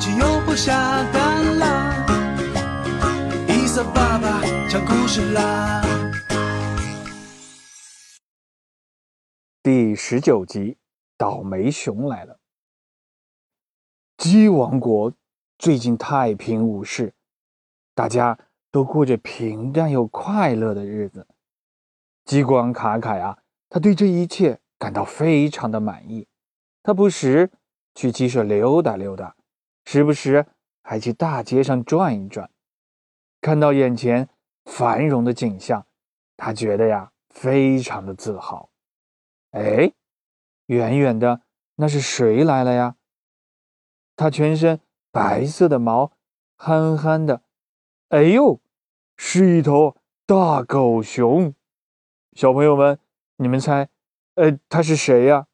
气又不下蛋啦。伊萨爸爸讲故事啦。 第19集，倒霉熊来了。鸡王国最近太平无事，大家都过着平淡又快乐的日子。鸡国王卡卡呀，他对这一切感到非常的满意。他不时去鸡舍溜达溜达，时不时还去大街上转一转。看到眼前繁荣的景象，他觉得呀，非常的自豪。哎，远远的那是谁来了呀？他全身白色的毛，憨憨的。哎呦，是一头大狗熊。小朋友们，你们猜，他是谁呀？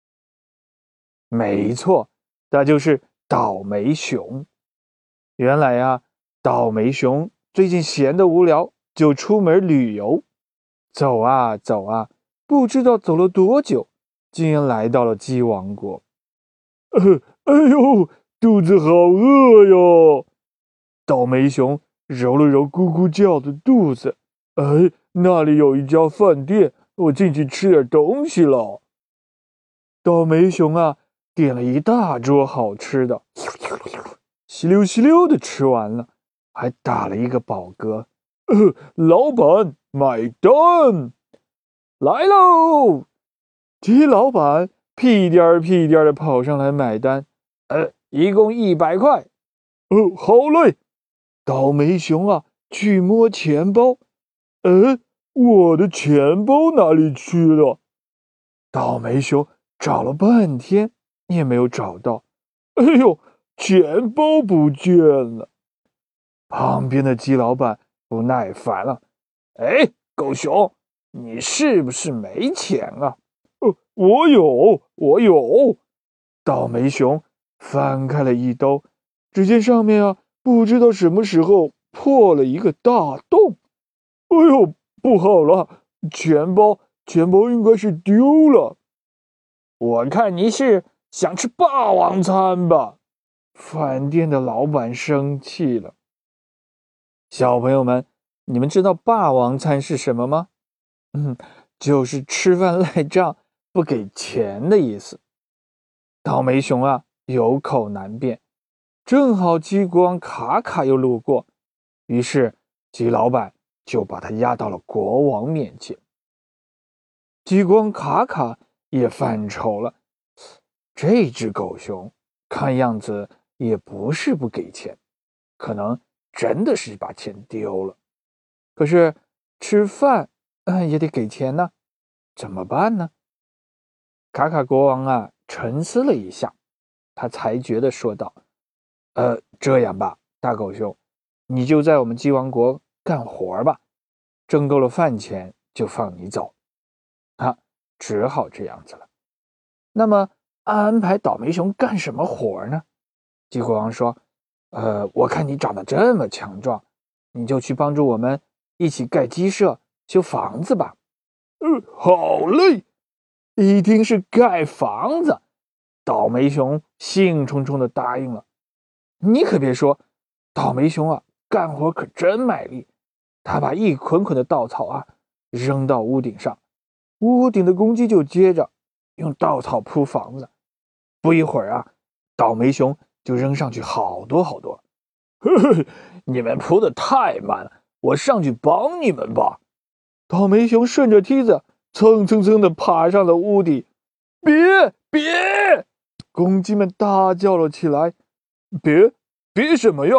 没错，他就是倒霉熊。原来呀，倒霉熊最近闲得无聊，就出门旅游。走啊走啊，不知道走了多久，竟然来到了鸡王国。哎呦，肚子好饿哟！倒霉熊揉了揉咕咕叫的肚子。哎，那里有一家饭店，我进去吃点东西了。倒霉熊啊，点了一大桌好吃的，稀溜稀溜的吃完了，还打了一个饱嗝。老板，买单！来喽！鸡老板屁颠儿屁颠儿的跑上来买单。一共100块。哦，好嘞。倒霉熊啊，去摸钱包。我的钱包哪里去了？倒霉熊找了半天也没有找到。哎呦，钱包不见了！旁边的鸡老板不耐烦了。狗熊，你是不是没钱啊？我有。倒霉熊翻开了一兜，只见上面啊，不知道什么时候破了一个大洞。哎呦，不好了，钱包应该是丢了。我看你是想吃霸王餐吧？饭店的老板生气了。小朋友们，你们知道霸王餐是什么吗？就是吃饭赖账不给钱的意思。倒霉熊啊，有口难辩。正好鸡国王卡卡又路过，于是鸡老板就把他押到了国王面前。鸡国王卡卡也犯愁了，这只狗熊看样子也不是不给钱，可能真的是把钱丢了。可是吃饭也得给钱呢，怎么办呢？卡卡国王啊，沉思了一下，他裁决地说道：这样吧，大狗熊，你就在我们鸡王国干活吧，挣够了饭钱就放你走。只好这样子了。那么安排倒霉熊干什么活呢？鸡国王说：我看你长得这么强壮，你就去帮助我们一起盖鸡舍、修房子吧。好嘞！一听是盖房子，倒霉熊兴冲冲地答应了。你可别说，倒霉熊啊，干活可真卖力。他把一捆捆的稻草啊扔到屋顶上，屋顶的公鸡就接着用稻草铺房子。不一会儿啊，倒霉熊就扔上去好多好多。你们铺的太慢了，我上去帮你们吧。倒霉熊顺着梯子蹭蹭蹭地爬上了屋顶。别！公鸡们大叫了起来。别什么呀？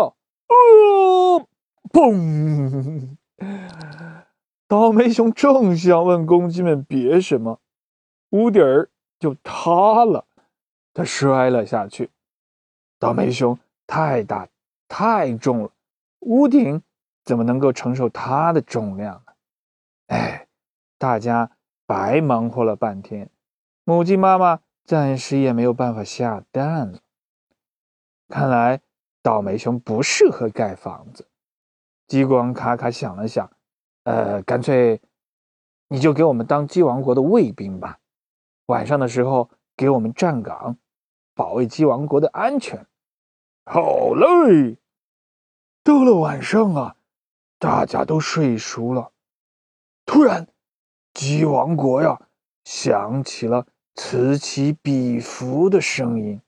砰！倒霉熊正想问公鸡们别什么，屋顶儿就塌了，它摔了下去。倒霉熊太大太重了，屋顶怎么能够承受它的重量呢？大家白忙活了半天，母鸡妈妈暂时也没有办法下蛋了。看来倒霉熊不适合盖房子。鸡国王卡卡想了想，干脆你就给我们当鸡王国的卫兵吧，晚上的时候给我们站岗，保卫鸡王国的安全。 好嘞。到了晚上啊，大家都睡熟了。突然，鸡王国呀，响起了此起彼伏的声音。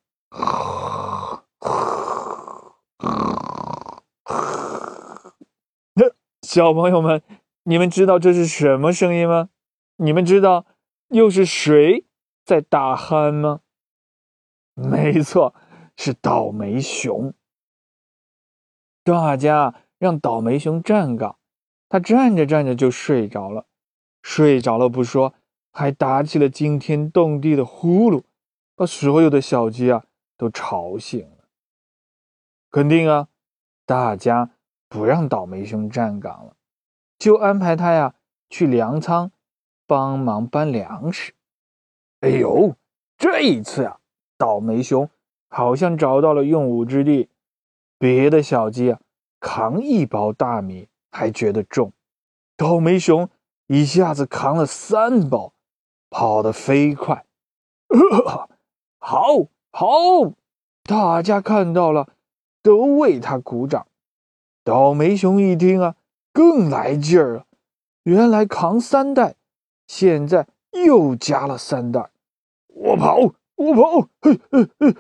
小朋友们，你们知道这是什么声音吗？你们知道又是谁在大鼾吗？没错，是倒霉熊。大家让倒霉熊站岗，他站着站着就睡着了。睡着了不说，还打起了惊天动地的呼噜，把所有的小鸡啊都吵醒了。肯定啊，大家不让倒霉熊站岗了，就安排他呀去粮仓帮忙搬粮食。哎呦，这一次啊，倒霉熊好像找到了用武之地。别的小鸡啊，扛一包大米还觉得重，倒霉熊一下子扛了3包，跑得飞快。好，好！大家看到了，都为他鼓掌。倒霉熊一听啊，更来劲儿了。原来扛3袋，现在又加了3袋。我跑，我跑！嘿嘿嘿，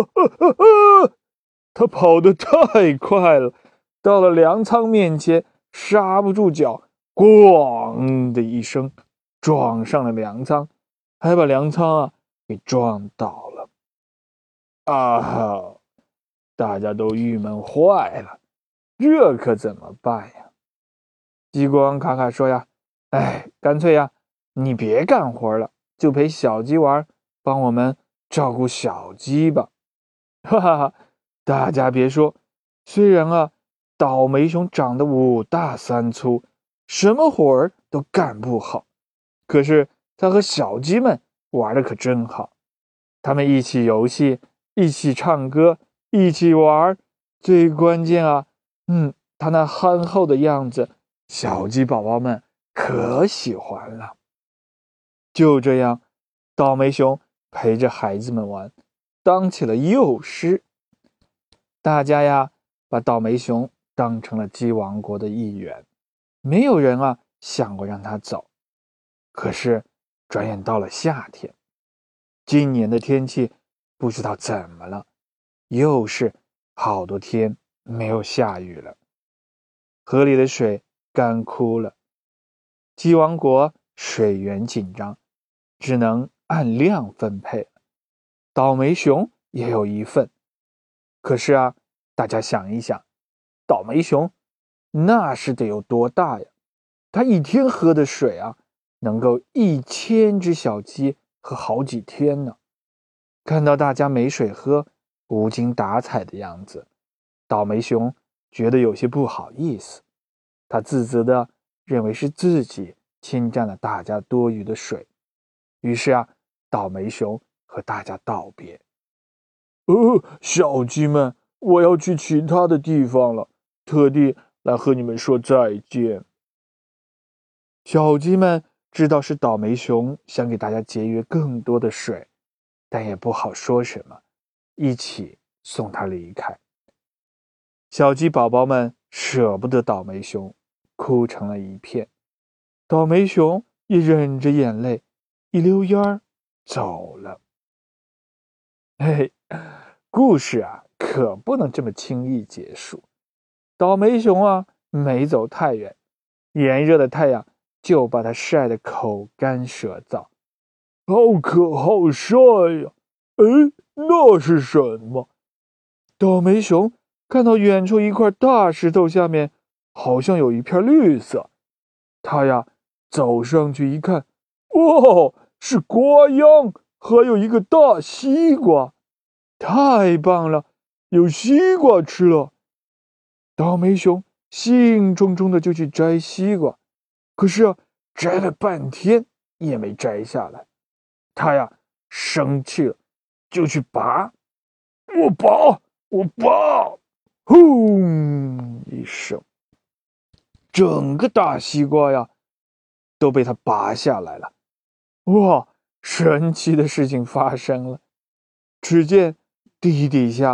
他跑得太快了，到了粮仓面前，刹不住脚，咣的一声，撞上了粮仓，还把粮仓啊给撞倒了。啊！大家都郁闷坏了，这可怎么办呀？激光卡卡说呀：“哎，干脆呀，你别干活了，就陪小鸡玩，帮我们照顾小鸡吧。”哈哈哈！大家别说，虽然啊，倒霉熊长得5大3粗，什么活儿都干不好，可是他和小鸡们玩的可真好。他们一起游戏，一起唱歌，一起玩，最关键啊，他那憨厚的样子，小鸡宝宝们可喜欢了。就这样，倒霉熊陪着孩子们玩，当起了幼师。大家呀，把倒霉熊当成了鸡王国的一员，没有人啊想过让他走。可是，转眼到了夏天，今年的天气不知道怎么了，又是好多天没有下雨了，河里的水干枯了，鸡王国水源紧张，只能按量分配。倒霉熊也有一份。可是啊，大家想一想，倒霉熊那是得有多大呀？它一天喝的水啊，能够1000只小鸡喝好几天呢。看到大家没水喝，无精打采的样子，倒霉熊觉得有些不好意思。他自责的认为是自己侵占了大家多余的水。于是啊，倒霉熊和大家道别。小鸡们，我要去其他的地方了，特地来和你们说再见。小鸡们知道是倒霉熊想给大家节约更多的水，但也不好说什么，一起送他离开。小鸡宝宝们舍不得倒霉熊，哭成了一片。倒霉熊也忍着眼泪，一溜烟儿走了。嘿嘿，故事啊，可不能这么轻易结束。倒霉熊啊，没走太远，炎热的太阳就把它晒得口干舌燥。好渴，好晒呀！哎，那是什么？倒霉熊看到远处一块大石头下面好像有一片绿色，他呀走上去一看，哇，是瓜秧，还有一个大西瓜，太棒了，有西瓜吃了。倒霉熊兴冲冲的就去摘西瓜，可是啊，摘了半天也没摘下来。他呀生气了，就去拔。我拔，我拔，轰一声，整个大西瓜呀都被他拔下来了。哇，神奇的事情发生了！只见地底下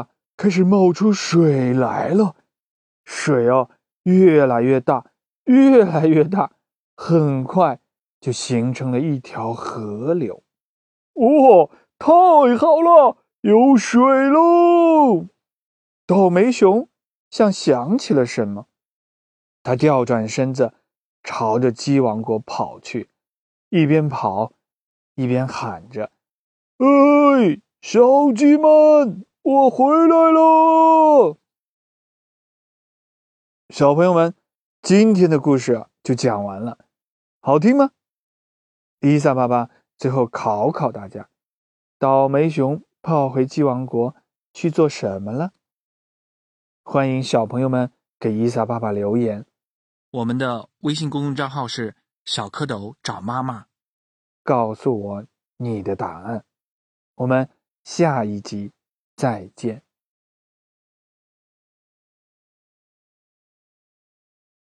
开始冒出水来了。水啊，越来越大，越来越大，很快就形成了一条河流。哦，太好了，有水喽！倒霉熊像想起了什么，他调转身子，朝着鸡王国跑去，一边跑一边喊着：“哎，小鸡们，我回来了！”小朋友们，今天的故事就讲完了，好听吗？伊萨爸爸最后考考大家，倒霉熊跑回鸡王国去做什么了？欢迎小朋友们给伊萨爸爸留言。 我们的微信公众账号是小蝌蚪找妈妈， 告诉我你的答案。我们下一集再见。